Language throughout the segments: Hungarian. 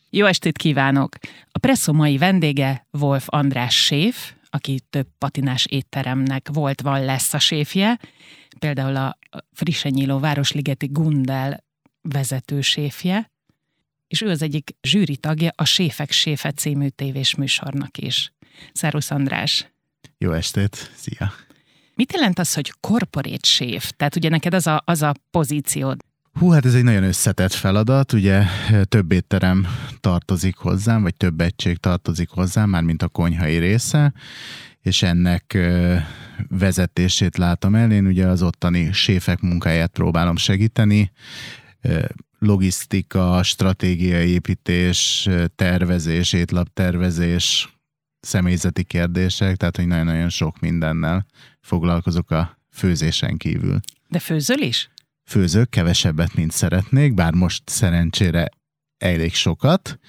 Jó estét kívánok! A Presszó mai vendége Wolf András séf, aki több patinás étteremnek van lesz a séfje, például a frissen nyíló Városligeti Gundel vezető séfje, és ő az egyik zsűri tagja a Séfek Séfe című tévés műsornak is. Szervusz András! Jó estét! Szia! Mit jelent az, hogy corporate séf? Tehát ugye neked az a pozíciód? Hát ez egy nagyon összetett feladat, ugye több étterem tartozik hozzám, vagy több egység tartozik hozzám, mármint a konyhai része, és ennek vezetését látom el. Én ugye az ottani séfek munkáját próbálom segíteni, logisztika, stratégiai építés, tervezés, étlaptervezés, személyzeti kérdések, tehát hogy nagyon-nagyon sok mindennel foglalkozok a főzésen kívül. De főzöl is? Főzök kevesebbet, mint szeretnék, bár most szerencsére elég sokat,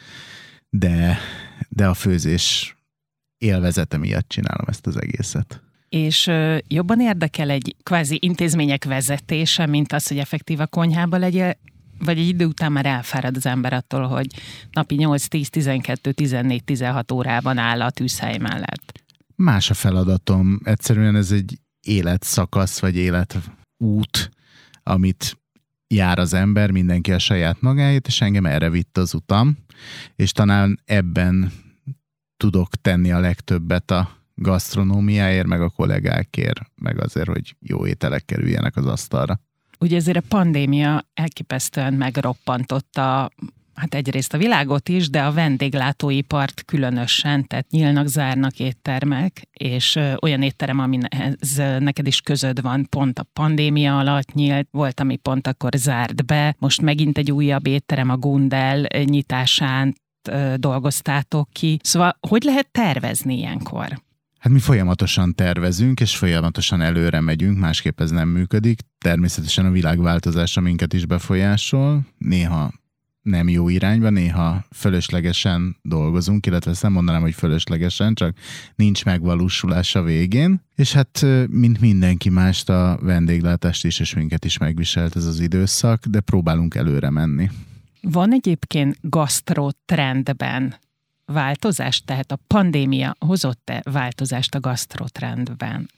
de a főzés élvezete miatt csinálom ezt az egészet. És jobban érdekel egy kvázi intézmények vezetése, mint az, hogy effektív a konyhába legyél, vagy egy idő után már elfárad az ember attól, hogy napi 8, 10, 12, 14, 16 órában áll a tűzhely mellett? Más a feladatom. Egyszerűen ez egy életszakasz, vagy életút, amit jár az ember, mindenki a saját magáét, és engem erre vitt az utam, és talán ebben tudok tenni a legtöbbet a gasztronómiáért, meg a kollégákért, meg azért, hogy jó ételek kerüljenek az asztalra. Ugye ezért a pandémia elképesztően megroppantotta egyrészt a világot is, de a vendéglátóipart különösen, tehát nyílnak, zárnak éttermek, és olyan étterem, amihez neked is közöd van, pont a pandémia alatt nyílt, volt, ami pont akkor zárt be, most megint egy újabb étterem, a Gundel nyitásán dolgoztátok ki. Szóval hogy lehet tervezni ilyenkor? Hát mi folyamatosan tervezünk, és folyamatosan előre megyünk, másképp ez nem működik. Természetesen a világváltozása minket is befolyásol, néha nem jó irányba, néha fölöslegesen dolgozunk, illetve ezt nem mondanám, hogy fölöslegesen, csak nincs megvalósulás a végén. És hát, mint mindenki mást, a vendéglátást is, és minket is megviselt ez az időszak, de próbálunk előre menni. Van egyébként gasztrotrendben változást? Tehát a pandémia hozott-e változást a gasztrotrendben?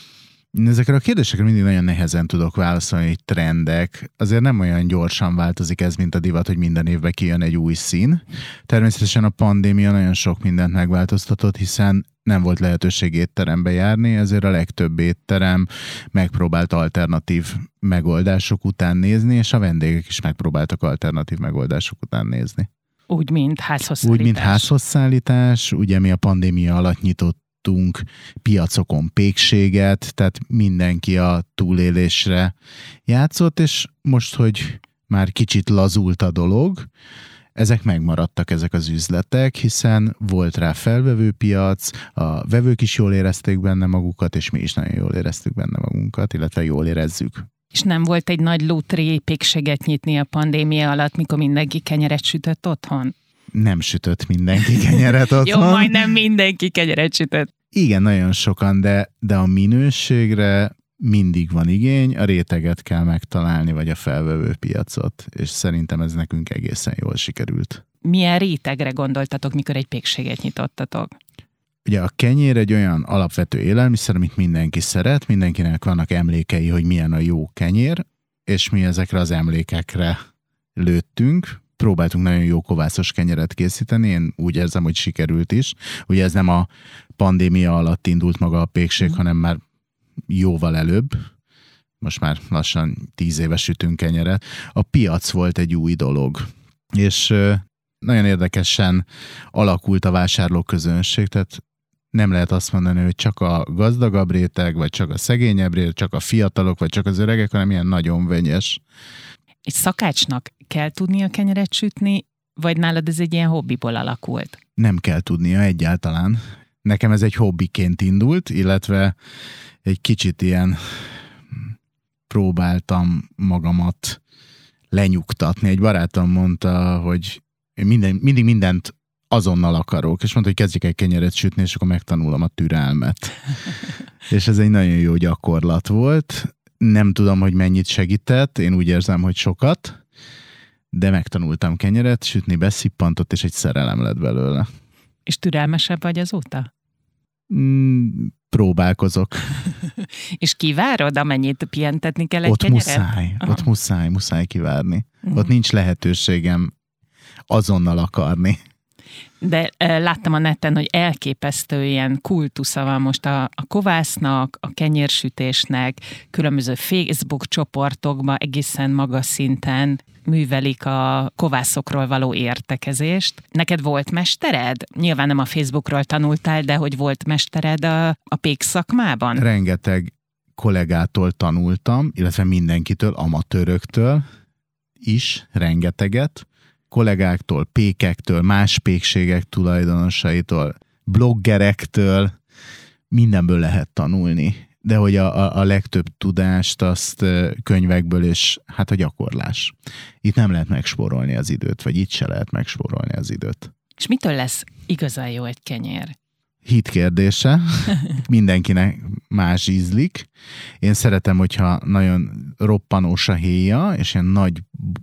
Ezekre a kérdésekre mindig nagyon nehezen tudok válaszolni, hogy trendek. Azért nem olyan gyorsan változik ez, mint a divat, hogy minden évben kijön egy új szín. Természetesen a pandémia nagyon sok mindent megváltoztatott, hiszen nem volt lehetőség étterembe járni, ezért a legtöbb étterem megpróbált alternatív megoldások után nézni, és a vendégek is megpróbáltak alternatív megoldások után nézni. Úgy, mint házhozszállítás. Úgy, mint házhozszállítás. Ugye mi a pandémia alatt nyitottunk piacokon pékséget, tehát mindenki a túlélésre játszott, és most, hogy már kicsit lazult a dolog, ezek megmaradtak, ezek az üzletek, hiszen volt rá felvevő piac, a vevők is jól érezték benne magukat, és mi is nagyon jól éreztük benne magunkat, illetve jól érezzük. És nem volt egy nagy lútré pékséget nyitni a pandémia alatt, mikor mindenki kenyeret sütött otthon? Nem sütött mindenki kenyeret otthon. Jó, majdnem mindenki kenyeret sütött. Igen, nagyon sokan, de a minőségre mindig van igény, a réteget kell megtalálni, vagy a felvevő piacot, és szerintem ez nekünk egészen jól sikerült. Milyen rétegre gondoltatok, mikor egy pékséget nyitottatok? Ugye a kenyér egy olyan alapvető élelmiszer, amit mindenki szeret, mindenkinek vannak emlékei, hogy milyen a jó kenyér, és mi ezekre az emlékekre lőttünk. Próbáltunk nagyon jó kovászos kenyeret készíteni, én úgy érzem, hogy sikerült is. Ugye ez nem a pandémia alatt indult maga a pékség, hanem már jóval előbb. Most már lassan 10 éve sütünk kenyeret. A piac volt egy új dolog, és nagyon érdekesen alakult a vásárlóközönség, tehát nem lehet azt mondani, hogy csak a gazdagabb réteg, vagy csak a szegényebb réteg, csak a fiatalok, vagy csak az öregek, hanem ilyen nagyon vegyes. Egy szakácsnak kell tudnia kenyeret sütni, vagy nálad ez egy ilyen hobbiból alakult? Nem kell tudnia egyáltalán. Nekem ez egy hobbiként indult, illetve egy kicsit ilyen próbáltam magamat lenyugtatni. Egy barátom mondta, hogy mindig mindent azonnal akarok, és mondta, hogy kezdjek egy kenyeret sütni, és akkor megtanulom a türelmet. És ez egy nagyon jó gyakorlat volt. Nem tudom, hogy mennyit segített, én úgy érzem, hogy sokat, de megtanultam kenyeret sütni, beszippantott, és egy szerelem lett belőle. És türelmesebb vagy azóta? Próbálkozok. És kivárod, amennyit pihentetni kell egy kenyeret? Ott muszáj kivárni. Ott nincs lehetőségem azonnal akarni. De láttam a neten, hogy elképesztő ilyen kultusza van most a kovásznak, a kenyérsütésnek, különböző Facebook csoportokban egészen magas szinten művelik a kovászokról való értekezést. Neked volt mestered? Nyilván nem a Facebookról tanultál, de hogy volt mestered a pék szakmában? Rengeteg kollégától tanultam, illetve mindenkitől, amatőröktől is, rengeteget. Kollégáktól, pékektől, más pékségek tulajdonosaitól, bloggerektől, mindenből lehet tanulni. De hogy a legtöbb tudást azt könyvekből, és hát a gyakorlás. Itt nem lehet megspórolni az időt, vagy itt se lehet megspórolni az időt. És mitől lesz igazán jó egy kenyér? Hit kérdése. Mindenkinek más ízlik. Én szeretem, hogyha nagyon roppanós a héja, és ilyen nagy,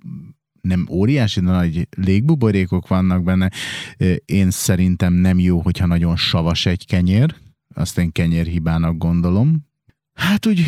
nem óriási, de nagy légbuborékok vannak benne. Én szerintem nem jó, hogyha nagyon savas egy kenyér. Azt én kenyérhibának gondolom. Hát úgy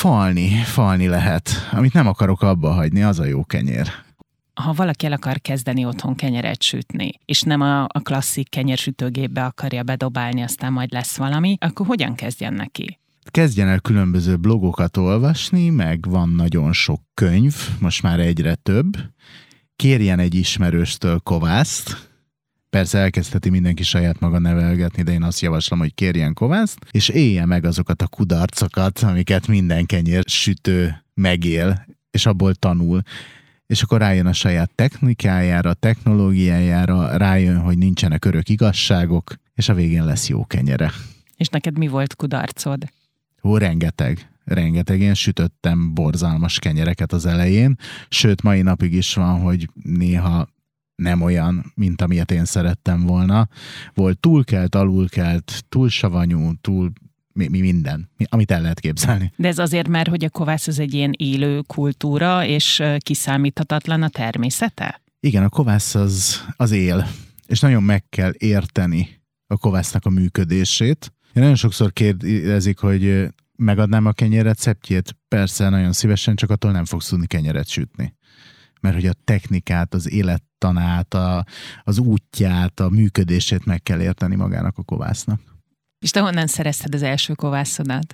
falni lehet. Amit nem akarok abba hagyni, az a jó kenyér. Ha valaki el akar kezdeni otthon kenyeret sütni, és nem a klasszik kenyérsütőgépbe akarja bedobálni, aztán majd lesz valami, akkor hogyan kezdjen neki? Kezdjen el különböző blogokat olvasni, meg van nagyon sok könyv, most már egyre több. Kérjen egy ismerőstől kovászt. Persze elkezdheti mindenki saját maga nevelgetni, de én azt javaslom, hogy kérjen kovászt, és élje meg azokat a kudarcokat, amiket minden kenyérsütő megél, és abból tanul. És akkor rájön a saját technikájára, technológiájára, rájön, hogy nincsenek örök igazságok, és a végén lesz jó kenyere. És neked mi volt kudarcod? Rengeteg. Én sütöttem borzalmas kenyereket az elején, sőt, mai napig is van, hogy néha nem olyan, mint amilyet én szerettem volna. Volt túlkelt, alulkelt, túl savanyú, túl minden, amit el lehet képzelni. De ez azért, mert hogy a kovász az egy ilyen élő kultúra, és kiszámíthatatlan a természete? Igen, a kovász az él, és nagyon meg kell érteni a kovásznak a működését. Én nagyon sokszor kérdezik, hogy megadnám a kenyér receptjét? Persze, nagyon szívesen, csak attól nem fogsz tudni kenyeret sütni. Mert hogy a technikát, az élettanát, az útját, a működését meg kell érteni magának a kovásznak. És te honnan szerezted az első kovászodat?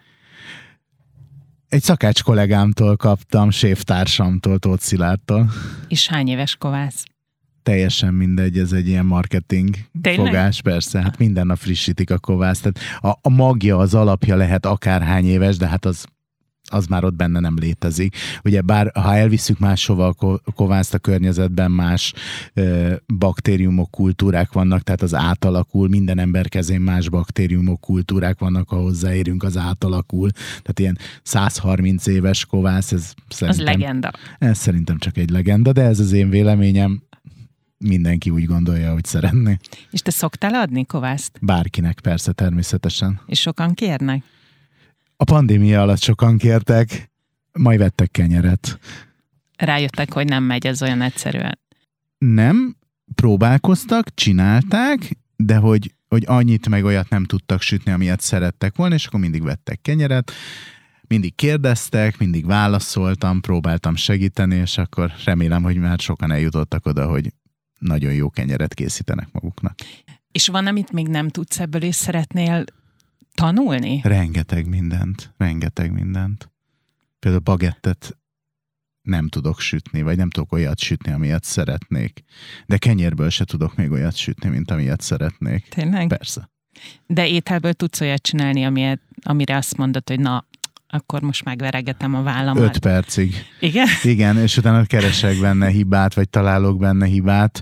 Egy szakács kollégámtól kaptam, séftársamtól, Tóth Szilárdtól. És hány éves kovász? Teljesen mindegy, ez egy ilyen marketing fogás, persze. Hát minden nap frissítik a kovászt. Tehát a magja, az alapja lehet akárhány éves, de hát az már ott benne nem létezik. Ugye bár ha elviszük máshova a kovászt a környezetben, más baktériumok, kultúrák vannak, tehát az átalakul, minden ember kezén más baktériumok, kultúrák vannak, ha hozzáérünk, az átalakul. Tehát ilyen 130 éves kovász, ez szerintem... Az legenda. Ez szerintem csak egy legenda, de ez az én véleményem. Mindenki úgy gondolja, hogy szeretné. És te szoktál adni kovászt? Bárkinek, persze, természetesen. És sokan kérnek? A pandémia alatt sokan kértek, majd vettek kenyeret. Rájöttek, hogy nem megy ez olyan egyszerűen. Nem, próbálkoztak, csinálták, de hogy annyit meg olyat nem tudtak sütni, amilyet szerettek volna, és akkor mindig vettek kenyeret, mindig kérdeztek, mindig válaszoltam, próbáltam segíteni, és akkor remélem, hogy már sokan eljutottak oda, hogy nagyon jó kenyeret készítenek maguknak. És van, amit még nem tudsz ebből, és szeretnél tanulni? Rengeteg mindent. Például bagettet nem tudok sütni, vagy nem tudok olyat sütni, amilyet szeretnék. De kenyérből se tudok még olyat sütni, mint amilyet szeretnék. Tényleg? Persze. De ételből tudsz olyat csinálni, amire azt mondod, hogy na, akkor most megveregetem a vállamat. 5 percig. Igen? Igen, és utána keresek benne hibát, vagy találok benne hibát.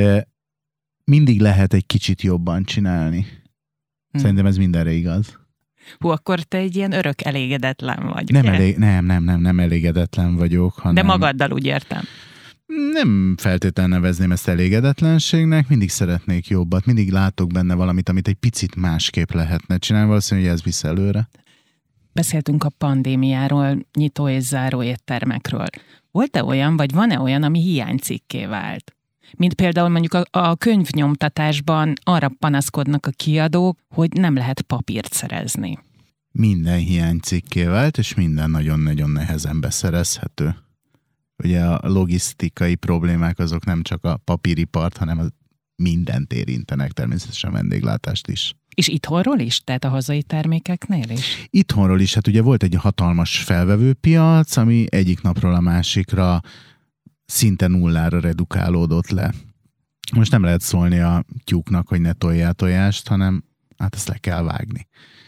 Mindig lehet egy kicsit jobban csinálni. Szerintem ez mindenre igaz. Hú, akkor te egy ilyen örök elégedetlen vagy. Nem elégedetlen vagyok. Hanem... De magaddal úgy értem. Nem feltétlenül nevezném ezt elégedetlenségnek, mindig szeretnék jobbat, mindig látok benne valamit, amit egy picit másképp lehetne csinálni, valószínűleg, hogy ez visz előre. Beszéltünk a pandémiáról, nyitó és záró éttermekről. Volt-e olyan, vagy van-e olyan, ami hiánycikké vált? Mint például mondjuk a könyvnyomtatásban arra panaszkodnak a kiadók, hogy nem lehet papírt szerezni. Minden hiánycikké vált, és minden nagyon-nagyon nehezen beszerezhető. Ugye a logisztikai problémák azok nem csak a papíripart, hanem mindent érintenek, természetesen a vendéglátást is. És itthonról is? Tehát a hazai termékeknél is? Itthonról is, hát ugye volt egy hatalmas felvevőpiac, ami egyik napról a másikra szinte nullára redukálódott le. Most nem lehet szólni a tyúknak, hogy ne toljál tojást, hanem hát ezt le kell vágni.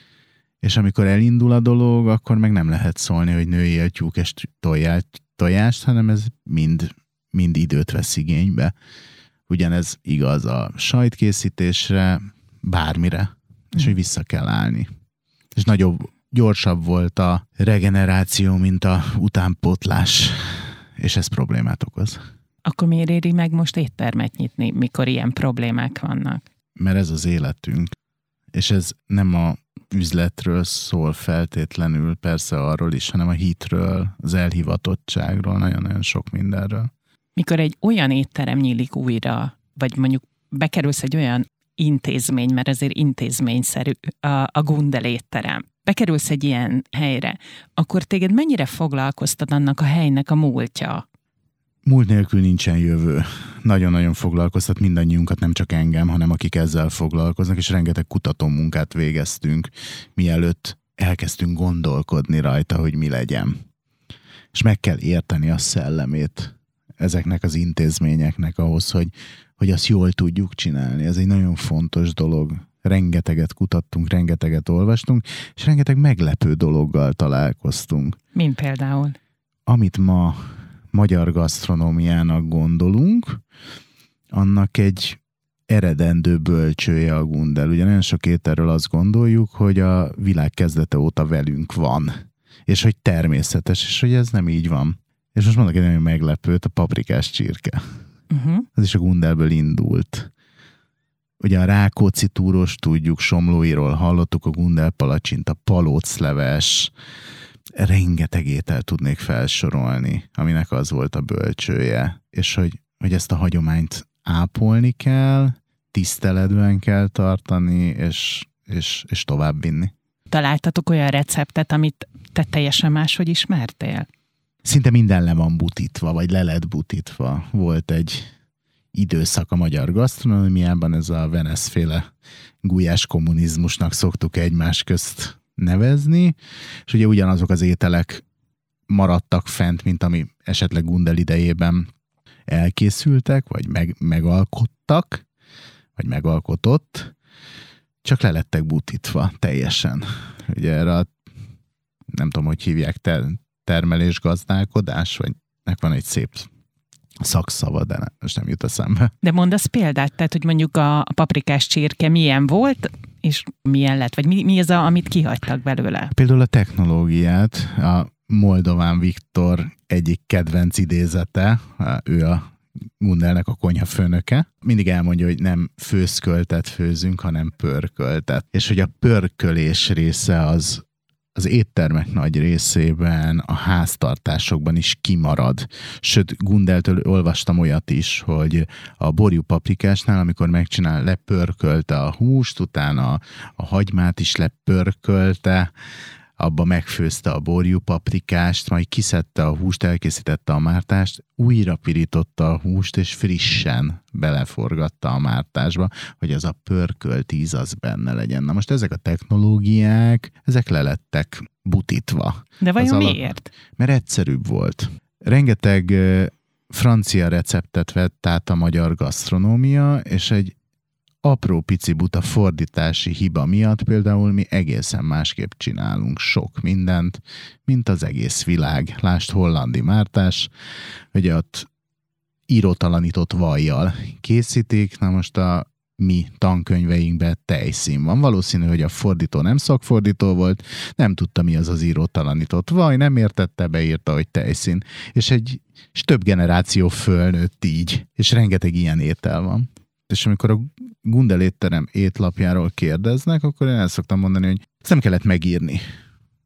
És amikor elindul a dolog, akkor meg nem lehet szólni, hogy nőjél tyúk és toljál tojást, hanem ez mind időt vesz igénybe. Ugyanez igaz a sajtkészítésre, bármire, és hogy vissza kell állni. És gyorsabb volt a regeneráció, mint a utánpótlás, és ez problémát okoz. Akkor miért éri meg most éttermet nyitni, mikor ilyen problémák vannak? Mert ez az életünk, és ez nem a üzletről szól feltétlenül, persze arról is, hanem a hitről, az elhivatottságról, nagyon-nagyon sok mindenről. Mikor egy olyan étterem nyílik újra, vagy mondjuk bekerülsz egy olyan intézmény, mert azért intézményszerű a Gundel étterem, bekerülsz egy ilyen helyre, akkor téged mennyire foglalkoztat annak a helynek a múltja? Múlt nélkül nincsen jövő. Nagyon-nagyon foglalkoztat mindannyiunkat, nem csak engem, hanem akik ezzel foglalkoznak, és rengeteg kutatómunkát végeztünk, mielőtt elkezdtünk gondolkodni rajta, hogy mi legyen. És meg kell érteni a szellemét ezeknek az intézményeknek ahhoz, hogy azt jól tudjuk csinálni. Ez egy nagyon fontos dolog. Rengeteget kutattunk, rengeteget olvastunk, és rengeteg meglepő dologgal találkoztunk. Mint például? Amit ma magyar gasztronómiának gondolunk, annak egy eredendő bölcsője a Gundel. Ugye nagyon sok ételről azt gondoljuk, hogy a világ kezdete óta velünk van, és hogy természetes, és hogy ez nem így van. És most mondok egy nagyon meglepőt, a paprikás csirke. Az is a Gundelből indult. Ugye a Rákóczi túros tudjuk, Somlóiról hallottuk, a Gundel palacsinta, palócleves, rengeteg ételt tudnék felsorolni, aminek az volt a bölcsője. És hogy ezt a hagyományt ápolni kell, tiszteletben kell tartani, és továbbvinni. Találtatok olyan receptet, amit te teljesen máshogy ismertél? Szinte minden le van butítva, vagy le lett butítva. Volt egy időszak a magyar gasztronómiában, ez a Venesz-féle gulyás kommunizmusnak szoktuk egymás közt nevezni, és ugye ugyanazok az ételek maradtak fent, mint ami esetleg Gundel idejében elkészültek, vagy megalkottak, vagy megalkotott, csak le lettek butítva teljesen. Ugye erre nem tudom, hogy hívják, termelésgazdálkodás, vagy nek van egy szép szakszava, de most nem jut eszembe. De mondasz példát, tehát, hogy mondjuk a paprikás csirke milyen volt, és milyen lett, vagy mi az, amit kihagytak belőle? Például a technológiát, a Moldován Viktor egyik kedvenc idézete, ő a Gundelnek a konyhafőnöke. Mindig elmondja, hogy nem főzköltet főzünk, hanem pörköltet. És hogy a pörkölés része az éttermek nagy részében, a háztartásokban is kimarad. Sőt, Gundeltől olvastam olyat is, hogy a borjú paprikásnál, amikor megcsinál, lepörkölte a húst, utána a hagymát is lepörkölte, abba megfőzte a borjú paprikást, majd kiszedte a húst, elkészítette a mártást, újra pirította a húst, és frissen beleforgatta a mártásba, hogy az a pörkölt íz az benne legyen. Na most ezek a technológiák, ezek lelettek butítva. De vajon miért? Mert egyszerűbb volt. Rengeteg francia receptet vett át a magyar gasztronómia, és egy apró pici buta fordítási hiba miatt például mi egészen másképp csinálunk sok mindent, mint az egész világ. Lásd, hollandi mártás, hogy ott írótalanított vajjal készítik, na most a mi tankönyveinkben tejszín van. Valószínű, hogy a fordító nem szakfordító volt, nem tudta, mi az az írótalanított vaj, nem értette, beírta, hogy tejszín. És több generáció fölnőtt így, és rengeteg ilyen étel van. És amikor a Gundel étterem étlapjáról kérdeznek, akkor én el szoktam mondani, hogy ezt nem kellett megírni.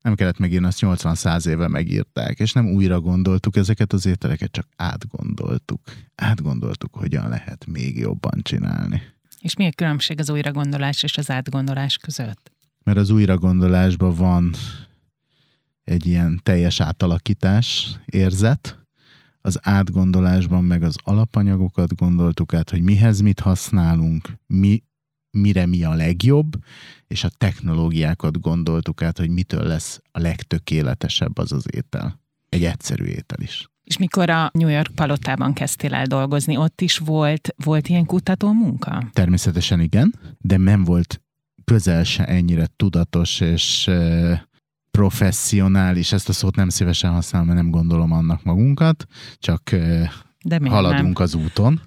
Nem kellett megírni, azt 80-100 éve megírták, és nem újra gondoltuk ezeket az ételeket, csak átgondoltuk. Átgondoltuk, hogyan lehet még jobban csinálni. És mi a különbség az újragondolás és az átgondolás között? Mert az újragondolásban van egy ilyen teljes átalakítás érzet, az átgondolásban meg az alapanyagokat gondoltuk át, hogy mihez mit használunk, mire mi a legjobb, és a technológiákat gondoltuk át, hogy mitől lesz a legtökéletesebb az étel. Egy egyszerű étel is. És mikor a New York palotában kezdtél el dolgozni, ott is volt ilyen kutató munka? Természetesen igen, de nem volt közel se ennyire tudatos és professzionális, ezt a szót nem szívesen használom, mert nem gondolom annak magunkat, csak haladunk az úton.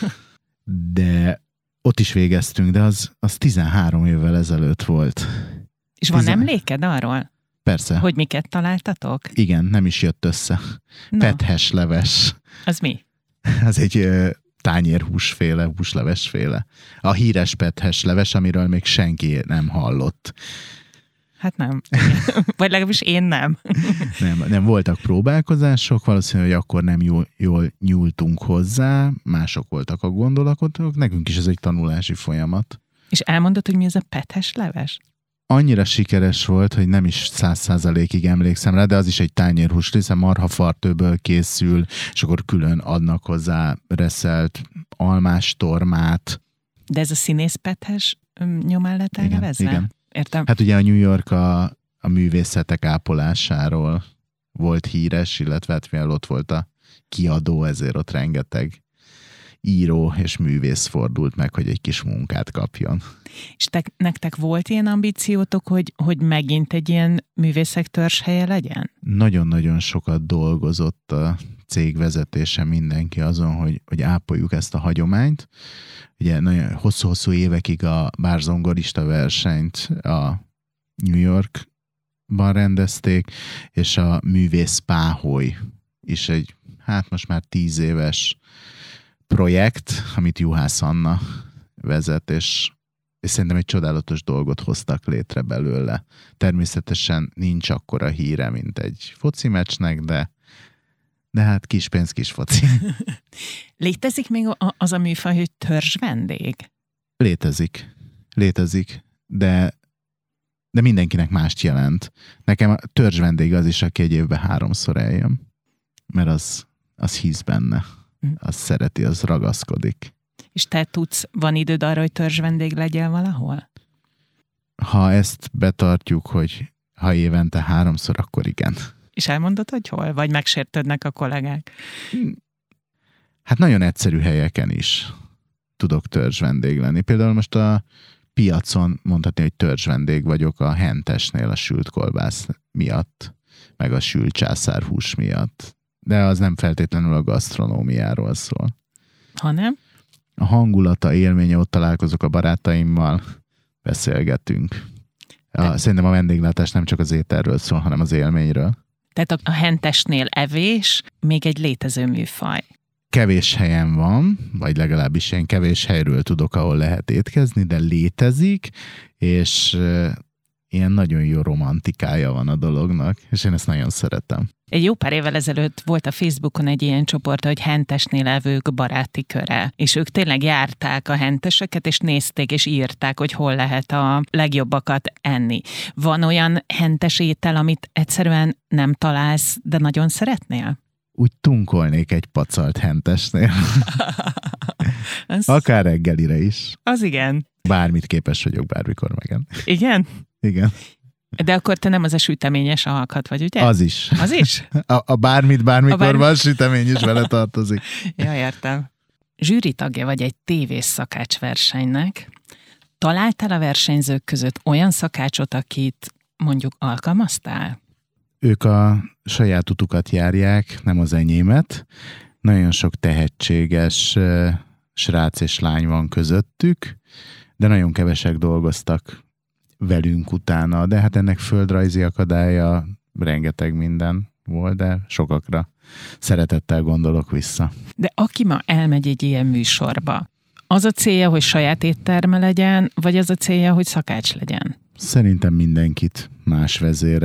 De ott is végeztünk, de az 13 évvel ezelőtt volt. És van emléked arról? Persze. Hogy miket találtatok? Igen, nem is jött össze. No. Pethes leves. Az mi? Az egy tányérhúsféle, húslevesféle. A híres pethes leves, amiről még senki nem hallott. Hát nem. Vagy legalábbis én nem. Nem voltak próbálkozások, valószínűleg, hogy akkor nem jól nyúltunk hozzá, mások voltak a gondolatok, nekünk is ez egy tanulási folyamat. És elmondod, hogy mi ez a pethes leves? Annyira sikeres volt, hogy nem is 100%-ig emlékszem rá, de az is egy tányérhús, hiszen marhafartőből készül, és akkor külön adnak hozzá reszelt almástormát. De ez a színész pethes nyomán lett elnevezve? Igen. Értem. Hát ugye a New York a művészetek ápolásáról volt híres, illetve hát mivel ott volt a kiadó, ezért ott rengeteg író és művész fordult meg, hogy egy kis munkát kapjon. És nektek volt ilyen ambíciótok, hogy megint egy ilyen művészek törzshelye legyen? Nagyon-nagyon sokat dolgozott a cég vezetése, mindenki azon, hogy ápoljuk ezt a hagyományt. Ugye nagyon hosszú-hosszú évekig a bárzongorista versenyt a New Yorkban rendezték, és a művész páholy is egy, most már 10 éves projekt, amit Juhász Anna vezet, és szerintem egy csodálatos dolgot hoztak létre belőle. Természetesen nincs akkora híre, mint egy foci meccsnek, de hát kis pénz, kis foci. Létezik még az a műfaj, hogy törzs vendég? Létezik, de mindenkinek mást jelent. Nekem a törzs vendég az is, aki egy évben 3-szor eljön, mert az hisz benne. Az szereti, az ragaszkodik. És te van időd arra, hogy törzs vendég legyél valahol? Ha ezt betartjuk, hogy ha évente 3-szor, akkor igen. És elmondod, hogy hol? Vagy megsértődnek a kollégák? Hát nagyon egyszerű helyeken is tudok törzs vendég lenni. Például most a piacon mondhatni, hogy törzs vendég vagyok a Hentesnél a sült kolbász miatt, meg a sült császárhús miatt. De az nem feltétlenül a gasztronómiáról szól. Hanem? A hangulata, élménye, ott találkozok a barátaimmal, beszélgetünk. Szerintem a vendéglátás nem csak az ételről szól, hanem az élményről. Tehát a Hentesnél evés még egy létező műfaj. Kevés helyen van, vagy legalábbis én kevés helyről tudok, ahol lehet étkezni, de létezik, és ilyen nagyon jó romantikája van a dolognak, és én ezt nagyon szeretem. Egy jó pár évvel ezelőtt volt a Facebookon egy ilyen csoport, hogy Hentesnél evők baráti köre, és ők tényleg járták a henteseket, és nézték, és írták, hogy hol lehet a legjobbakat enni. Van olyan hentes étel, amit egyszerűen nem találsz, de nagyon szeretnél? Úgy tunkolnék egy pacalt hentesnél. Akár reggelire is. Az igen. Bármit képes vagyok bármikor megenni. Igen? Igen. De akkor te nem az a süteményes alkat vagy, ugye? Az is. Az is? A bármikor van, sütemény is vele tartozik. Ja, értem. Zsűri tagja vagy egy tévés szakácsversenynek. Találtál a versenyzők között olyan szakácsot, akit mondjuk alkalmaztál? Ők a saját utukat járják, nem az enyémet. Nagyon sok tehetséges srác és lány van közöttük, de nagyon kevesek dolgoztak velünk utána, de hát ennek földrajzi akadálya, rengeteg minden volt, de sokakra szeretettel gondolok vissza. De aki ma elmegy egy ilyen műsorba, az a célja, hogy saját étterme legyen, vagy az a célja, hogy szakács legyen? Szerintem mindenkit más vezérel.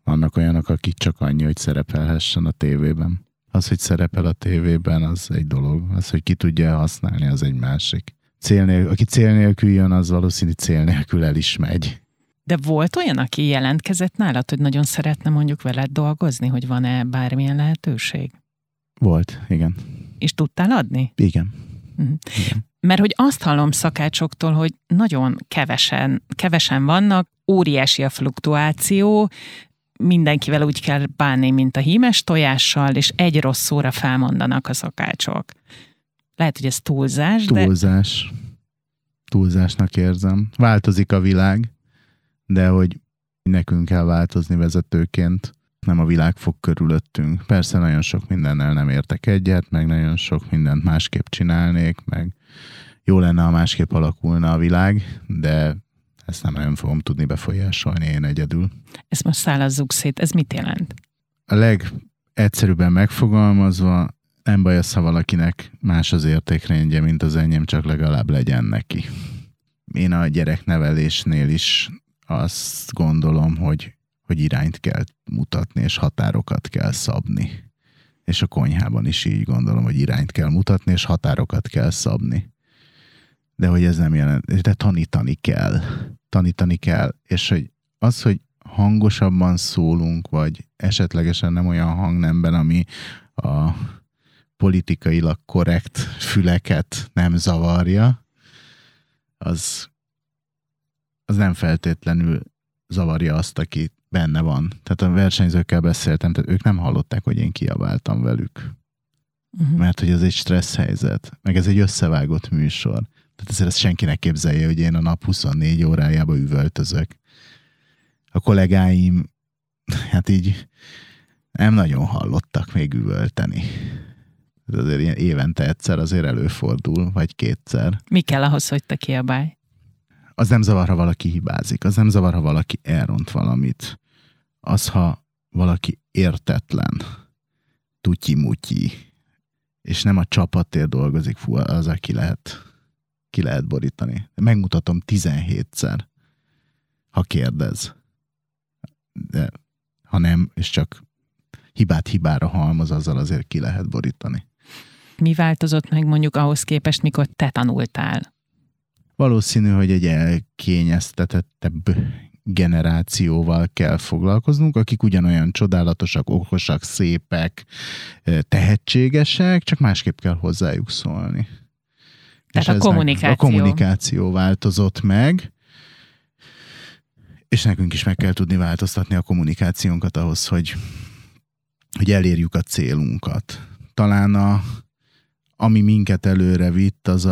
Vannak olyanok, akik csak annyi, hogy szerepelhessen a tévében. Az, hogy szerepel a tévében, az egy dolog. Az, hogy ki tudja használni, az egy másik. Aki cél nélkül jön, az valószínű cél nélkül el is megy. De volt olyan, aki jelentkezett nálad, hogy nagyon szeretne mondjuk veled dolgozni, hogy van-e bármilyen lehetőség? Volt, igen. És tudtál adni? Igen. Igen. Mert hogy azt hallom szakácsoktól, hogy nagyon kevesen vannak, óriási a fluktuáció, mindenkivel úgy kell bánni, mint a hímes tojással, és egy rossz szóra felmondanak a szakácsok. Lehet, hogy ez túlzás, Túlzás. Túlzásnak érzem. Változik a világ, de hogy nekünk kell változni vezetőként, nem a világ fog körülöttünk. Persze nagyon sok mindennel nem értek egyet, meg nagyon sok mindent másképp csinálnék, meg jó lenne, ha másképp alakulna a világ, de ezt nem nagyon fogom tudni befolyásolni én egyedül. Ezt most szállazzuk szét, ez mit jelent? A legegyszerűbben megfogalmazva, nem baj az, ha valakinek más az értékrendje, mint az enyém, csak legalább legyen neki. Én a gyereknevelésnél is azt gondolom, hogy irányt kell mutatni, és határokat kell szabni. És a konyhában is így gondolom, hogy irányt kell mutatni, és határokat kell szabni. De hogy ez nem jelent, de tanítani kell. Tanítani kell, és hogy az, hogy hangosabban szólunk, vagy esetlegesen nem olyan hangnemben, ami a politikailag korrekt füleket nem zavarja, az nem feltétlenül zavarja azt, aki benne van. Tehát a versenyzőkkel beszéltem, tehát ők nem hallották, hogy én kiabáltam velük. Mert hogy ez egy stressz helyzet, meg ez egy összevágott műsor. Tehát ezért ezt senki ne képzelje, hogy én a nap 24 órájában üvöltözök. A kollégáim hát így nem nagyon hallottak még üvölteni. Ez azért ilyen évente egyszer azért előfordul, vagy kétszer. Mi kell ahhoz, hogy te kiabálj? Az nem zavar, ha valaki hibázik. Az nem zavar, ha valaki elront valamit. Az, ha valaki értetlen, tutyi-mutyi, és nem a csapatért dolgozik, az, aki ki lehet borítani. Megmutatom 17-szer, ha kérdez. De ha nem, és csak hibát hibára halmoz, azzal azért ki lehet borítani. Mi változott meg mondjuk ahhoz képest, mikor te tanultál? Valószínű, hogy egy elkényeztetettebb generációval kell foglalkoznunk, akik ugyanolyan csodálatosak, okosak, szépek, tehetségesek, csak másképp kell hozzájuk szólni. Tehát a kommunikáció változott meg, és nekünk is meg kell tudni változtatni a kommunikációnkat ahhoz, hogy elérjük a célunkat. Talán ami minket előre vitt, az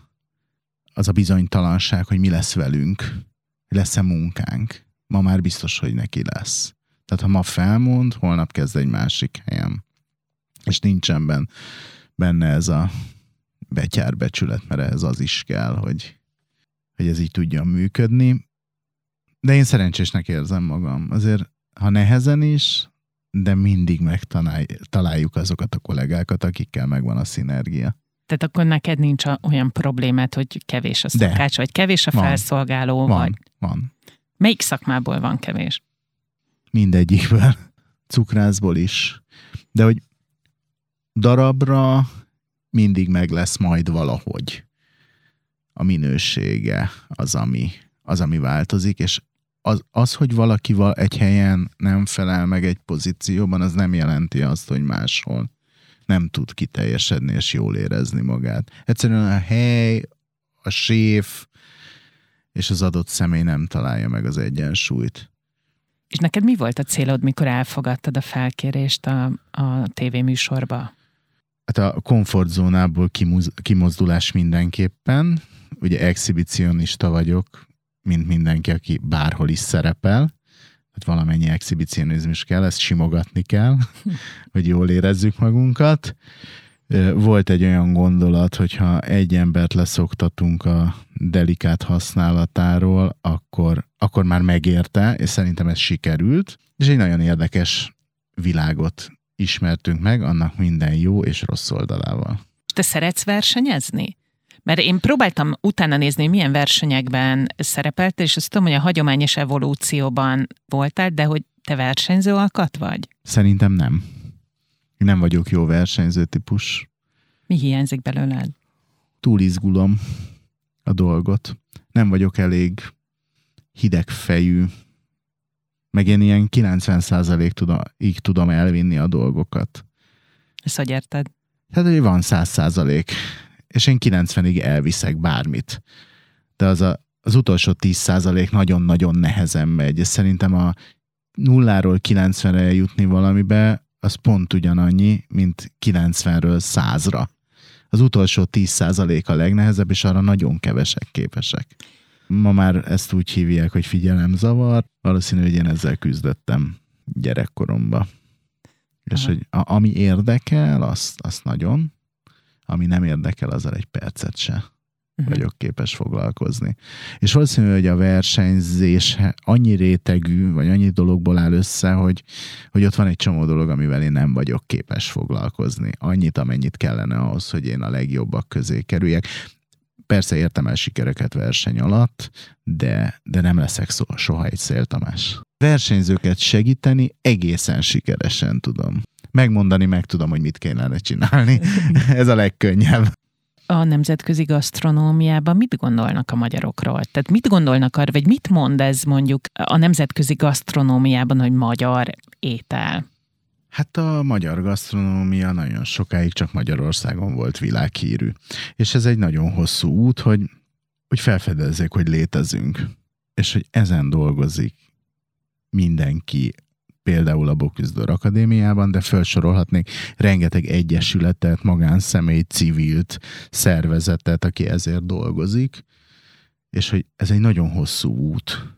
a bizonytalanság, hogy mi lesz velünk. Lesz-e munkánk? Ma már biztos, hogy neki lesz. Tehát ha ma felmond, holnap kezd egy másik helyen. És nincsen benne ez a betyárbecsület, mert ez az is kell, hogy ez így tudjon működni. De én szerencsésnek érzem magam. Azért, ha nehezen is, de mindig megtaláljuk azokat a kollégákat, akikkel megvan a szinergia. Tehát akkor neked nincs olyan problémát, hogy kevés a szakács, vagy kevés a felszolgáló? Van. Melyik szakmából van kevés? Mindegyikből. Cukrászból is. De hogy darabra mindig meg lesz majd valahogy. A minősége az, ami változik, és az, hogy valaki egy helyen nem felel meg egy pozícióban, az nem jelenti azt, hogy máshol nem tud kiteljesedni és jól érezni magát. Egyszerűen a hely, a séf és az adott személy nem találja meg az egyensúlyt. És neked mi volt a célod, mikor elfogadtad a felkérést a tévéműsorba? Hát a komfortzónából kimozdulás mindenképpen. Ugye exhibicionista vagyok, mint mindenki, aki bárhol is szerepel. Tehát valamennyi exhibicionizmus kell, ezt simogatni kell, hogy jól érezzük magunkat. Volt egy olyan gondolat, hogyha egy embert leszoktatunk a delikát használatáról, akkor már megérte, és szerintem ez sikerült. És egy nagyon érdekes világot ismertünk meg, annak minden jó és rossz oldalával. Te szeretsz versenyezni? Mert én próbáltam utána nézni, hogy milyen versenyekben szerepeltél, és azt tudom, hogy a hagyományos evolúcióban voltál, de hogy Te versenyző alkat vagy? Szerintem nem. Nem vagyok jó versenyző típus. Mi hiányzik belőled? Túl izgulom a dolgot. Nem vagyok elég hidegfejű, meg én ilyen 90%-ig tudom elvinni a dolgokat. Ezt hogy érted? Tehát, hogy van 100%, és én 90-ig elviszek bármit. De az utolsó 10% nagyon-nagyon nehezen megy. És szerintem a 0-ról 90-re eljutni valamibe, az pont ugyanannyi, mint 90-ről 100-ra. Az utolsó 10% a legnehezebb, és arra nagyon kevesek képesek. Ma már ezt úgy hívják, hogy figyelemzavar. Valószínű, hogy én ezzel küzdöttem gyerekkoromban. És hogy ami érdekel, azt nagyon. Ami nem érdekel, azzal egy percet se vagyok képes foglalkozni. És valószínű, hogy a versenyzés annyi rétegű, vagy annyi dologból áll össze, hogy ott van egy csomó dolog, amivel én nem vagyok képes foglalkozni. Annyit, amennyit kellene ahhoz, hogy én a legjobbak közé kerüljek. Persze értem el sikereket verseny alatt, de nem leszek soha egy Széll Tamás. Versenyzőket segíteni egészen sikeresen tudom. Megmondani meg tudom, hogy mit kellene csinálni. Ez a legkönnyebb. A nemzetközi gasztronómiában mit gondolnak a magyarokról? Tehát mit gondolnak arra, vagy mit mond ez mondjuk a nemzetközi gasztronómiában, hogy magyar étel? Hát a magyar gasztronómia nagyon sokáig csak Magyarországon volt világhírű. És ez egy nagyon hosszú út, hogy felfedezzék, hogy létezünk. És hogy ezen dolgozik mindenki, például a Bocuse d'Or Akadémiában, de felsorolhatnék rengeteg egyesületet, magánszemélyt, civilt, szervezetet, aki ezért dolgozik, és hogy ez egy nagyon hosszú út,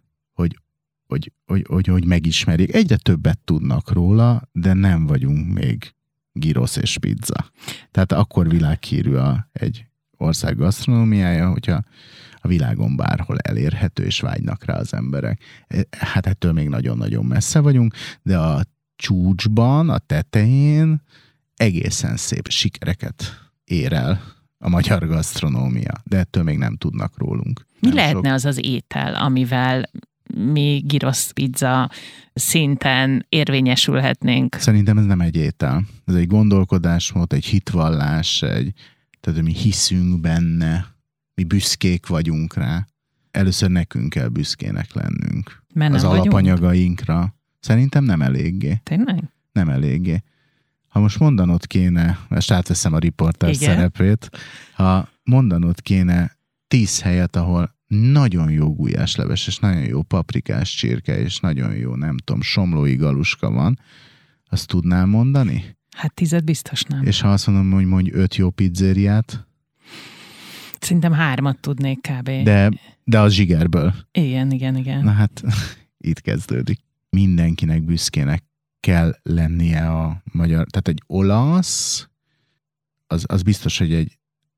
hogy megismerjék. Egyre többet tudnak róla, de nem vagyunk még gyrosz és pizza. Tehát akkor világhírű egy ország gasztronómiája, hogyha a világon bárhol elérhető, és vágynak rá az emberek. Hát ettől még nagyon-nagyon messze vagyunk, de a csúcsban, a tetején egészen szép sikereket ér el a magyar gasztronómia, de ettől még nem tudnak rólunk. Mi lehetne az étel, amivel mi gyrosz pizza szinten érvényesülhetnénk? Szerintem ez nem egy étel. Ez egy gondolkodásmód, egy hitvallás, tehát mi hiszünk benne, mi büszkék vagyunk rá. Először nekünk kell büszkének lennünk. Mert az alapanyagainkra. Szerintem nem eléggé. Tényleg? Nem eléggé. Ha most mondanod kéne, most átveszem a riporter szerepét, ha mondanod kéne 10 helyet, ahol nagyon jó gulyásleves, és nagyon jó paprikás csirke, és nagyon jó, nem tudom, somlói galuska van, azt tudnál mondani? Hát 10 biztos nem. És ha azt mondom, hogy mondj 5 jó pizzériát? Szerintem 3 tudnék kb. De az zsigerből. Igen. Na hát, itt kezdődik. Mindenkinek büszkének kell lennie a magyar, tehát egy olasz, az biztos, hogy egy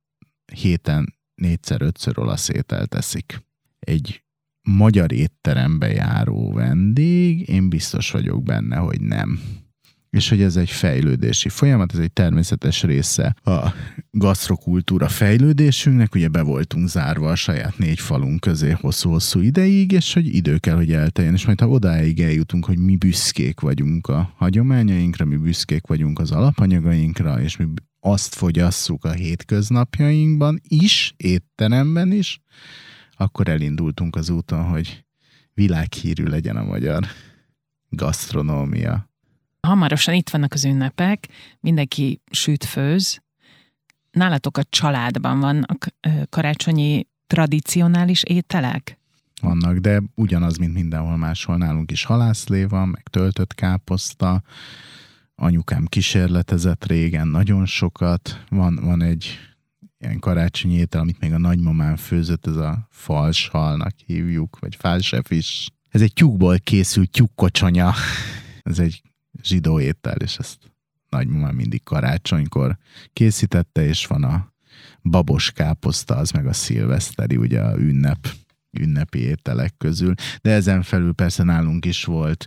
héten 4-5-ször olasz ételt teszik. Egy magyar étterembe járó vendég, én biztos vagyok benne, hogy nem. És hogy ez egy fejlődési folyamat, ez egy természetes része a gasztrokultúra fejlődésünknek, ugye be voltunk zárva a saját 4 falunk közé hosszú-hosszú ideig, és hogy idő kell, hogy elteljen, és majd ha odáig eljutunk, hogy mi büszkék vagyunk a hagyományainkra, mi büszkék vagyunk az alapanyagainkra, és mi azt fogyasszuk a hétköznapjainkban is, étteremben is, akkor elindultunk az úton, hogy világhírű legyen a magyar gasztronómia. Hamarosan itt vannak az ünnepek, mindenki süt-főz. Nálatok a családban vannak karácsonyi tradicionális ételek? Vannak, de ugyanaz, mint mindenhol máshol. Nálunk is halászlé van, meg töltött káposzta. Anyukám kísérletezett régen nagyon sokat. Van egy ilyen karácsonyi étel, amit még a nagymamám főzött, ez a falshalnak hívjuk, vagy falsefis. Ez egy tyúkból készült tyúkkocsonya. Ez egy zsidó étel, és ezt nagymamám mindig karácsonykor készítette, és van a babos káposzta, az meg a szilveszteri, ugye a ünnepi ételek közül. De ezen felül persze nálunk is volt,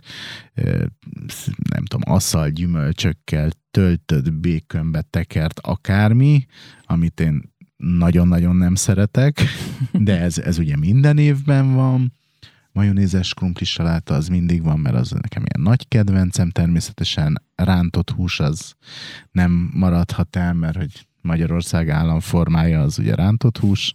nem tudom, asszal gyümölcsökkel töltött békönbe tekert akármi, amit én nagyon-nagyon nem szeretek, de ez ugye minden évben van. Majonézes krumplis saláta az mindig van, mert az nekem ilyen nagy kedvencem. Természetesen rántott hús az nem maradhat el, mert hogy Magyarország államformája az ugye rántott hús.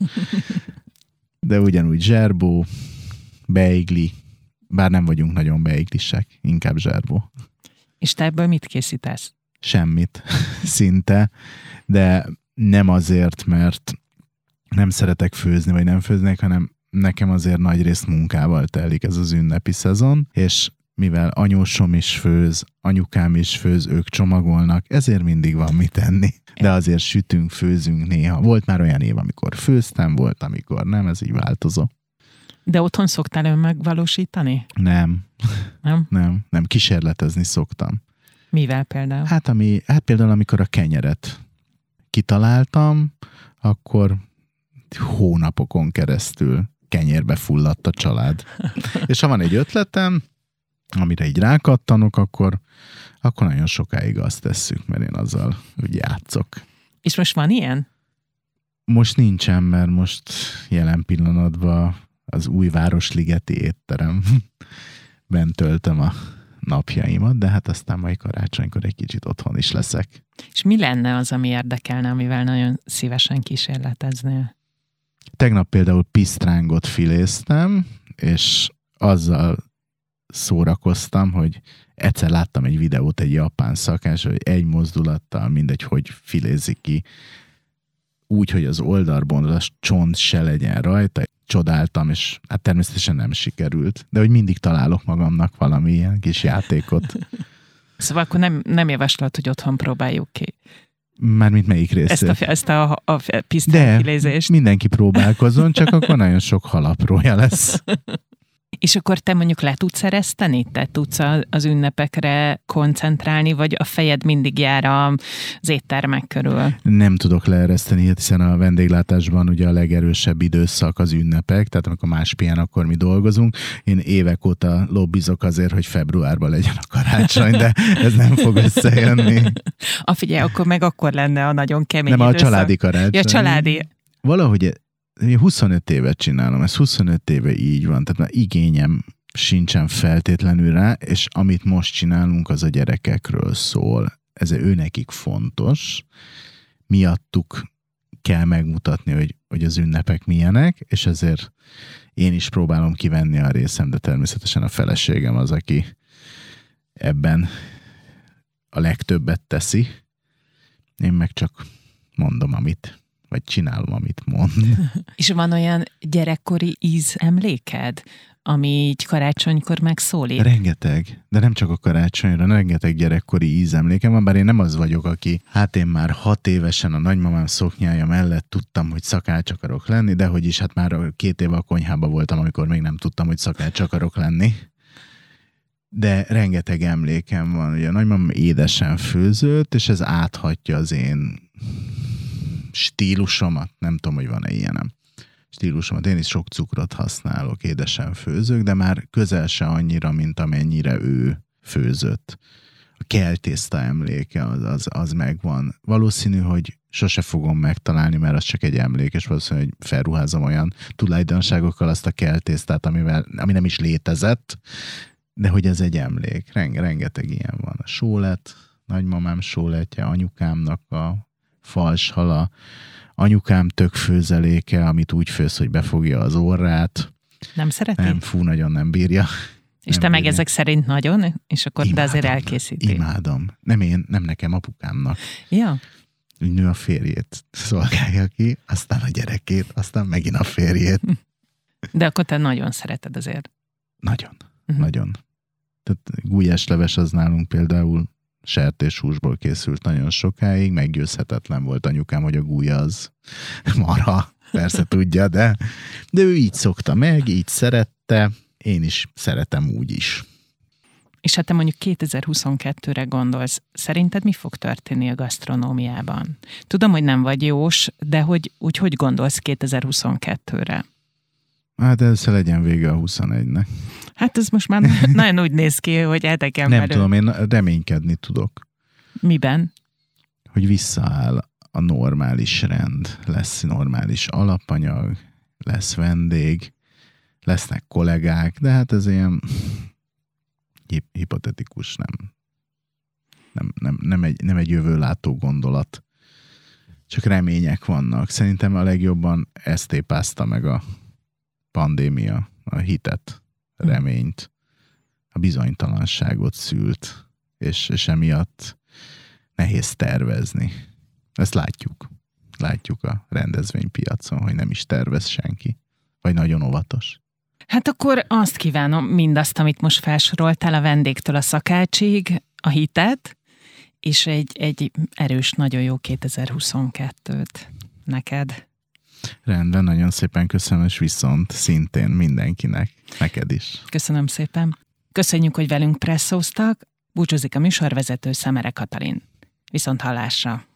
De ugyanúgy zserbó, beigli, bár nem vagyunk nagyon beiglisek, inkább zserbó. És te ebből mit készítesz? Semmit, szinte, de nem azért, mert nem szeretek főzni, vagy nem főznék, hanem nekem azért nagyrészt munkával telik ez az ünnepi szezon, és mivel anyósom is főz, anyukám is főz, ők csomagolnak, ezért mindig van mit tenni. De azért sütünk, főzünk néha. Volt már olyan év, amikor főztem, volt, amikor nem, ez így változó. De otthon szoktál önmegvalósítani? Nem. Nem? Nem, kísérletezni szoktam. Mivel például? Hát például amikor a kenyeret kitaláltam, akkor hónapokon keresztül kenyérbe fulladt a család. És ha van egy ötletem, amire így rákattanok, akkor nagyon sokáig azt tesszük, mert én azzal úgy játszok. És most van ilyen? Most nincsen, mert most jelen pillanatban az új Városligeti étteremben töltöm a napjaimat, de hát aztán majd karácsonykor egy kicsit otthon is leszek. És mi lenne az, ami érdekelne, amivel nagyon szívesen kísérleteznél? Tegnap például pisztrángot filéztem, és azzal szórakoztam, hogy egyszer láttam egy videót egy japán szakás, hogy egy mozdulattal mindegy, hogy filézik ki, úgy, hogy az oldalból az csont se legyen rajta. Csodáltam, és hát természetesen nem sikerült, de hogy mindig találok magamnak valami ilyen kis játékot. Szóval akkor nem javaslod, hogy otthon próbáljuk ki. Mármint melyik részét? Ezt a pisztránkilézést. De mindenki próbálkozzon, csak akkor nagyon sok halaprója lesz. És akkor te mondjuk le tudsz ereszteni? Te tudsz az ünnepekre koncentrálni, vagy a fejed mindig jár az éttermek körül? Nem tudok leereszteni, hiszen a vendéglátásban ugye a legerősebb időszak az ünnepek, tehát amikor más pihen, akkor mi dolgozunk. Én évek óta lobbizok azért, hogy februárban legyen a karácsony, de ez nem fog összejönni. Figyelj, akkor lenne a nagyon kemény nem, időszak. A családi karácsony. Ja, családi. Valahogy 25 évet csinálom, ez 25 éve így van, tehát már igényem sincsen feltétlenül rá, és amit most csinálunk, az a gyerekekről szól. Ez őnekik fontos, miattuk kell megmutatni, hogy az ünnepek milyenek, és ezért én is próbálom kivenni a részem, de természetesen a feleségem az, aki ebben a legtöbbet teszi. Én meg csak mondom, vagy csinálom, amit mond. És van olyan gyerekkori ízemléked, ami így karácsonykor megszólít? Rengeteg, de nem csak a karácsonyra, rengeteg gyerekkori ízemlékem van, bár én nem az vagyok, aki, én már 6 évesen a nagymamám szoknyája mellett tudtam, hogy szakács akarok lenni, de hogy is, már 2 éve a konyhában voltam, amikor még nem tudtam, hogy szakács akarok lenni. De rengeteg emlékem van, ugye a nagymamám édesen főzött, és ez áthatja az én stílusomat, nem tudom, hogy van-e ilyenem. Stílusomat, én is sok cukrot használok, édesen főzök, de már közel se annyira, mint amennyire ő főzött. A keltészta emléke az megvan. Valószínű, hogy sose fogom megtalálni, mert az csak egy emlék, és valószínű, hogy felruházom olyan tulajdonságokkal azt a keltésztát, ami nem is létezett, de hogy ez egy emlék. Rengeteg ilyen van. A sólet, nagymamám sóletje, anyukámnak a falshala, anyukám tökfőzeléke, amit úgy főz, hogy befogja az orrát. Nem szereti? Nem, nagyon nem bírja. És te meg ezek szerint nagyon? És akkor imádom, de azért elkészíti. Imádom. Nem nekem, apukámnak. Ja. Úgy nő a férjét szolgálja ki, aztán a gyerekét, aztán megint a férjét. De akkor te nagyon szereted azért. Nagyon. Nagyon. Tehát gulyásleves az nálunk például sertéshúsból készült nagyon sokáig, meggyőzhetetlen volt anyukám, hogy a gúja az marha, persze tudja, de ő így szokta meg, így szerette, én is szeretem úgy is. És hát te mondjuk 2022-re gondolsz, szerinted mi fog történni a gasztronómiában? Tudom, hogy nem vagy jós, de hogy gondolsz 2022-re? Hát először legyen vége a 21-nek. Hát ez most már nagyon úgy néz ki, hogy eltekem Nem tudom, én reménykedni tudok. Miben? Hogy visszaáll a normális rend, lesz normális alapanyag, lesz vendég, lesznek kollégák, de hát ez ilyen hipotetikus, nem egy jövőlátó gondolat. Csak remények vannak. Szerintem a legjobban ezt tépázta meg a pandémia, a hitet, a reményt, a bizonytalanságot szült, és emiatt nehéz tervezni. Ezt látjuk. Látjuk a rendezvénypiacon, hogy nem is tervez senki, vagy nagyon óvatos. Hát akkor azt kívánom, mindazt, amit most felsoroltál, a vendégtől a szakácsig, a hitet, és egy erős, nagyon jó 2022-t neked. Rendben, nagyon szépen köszönöm, és viszont szintén mindenkinek, neked is. Köszönöm szépen. Köszönjük, hogy velünk presszóztak. Búcsúzik a műsorvezető, Szemere Katalin. Viszont hallásra!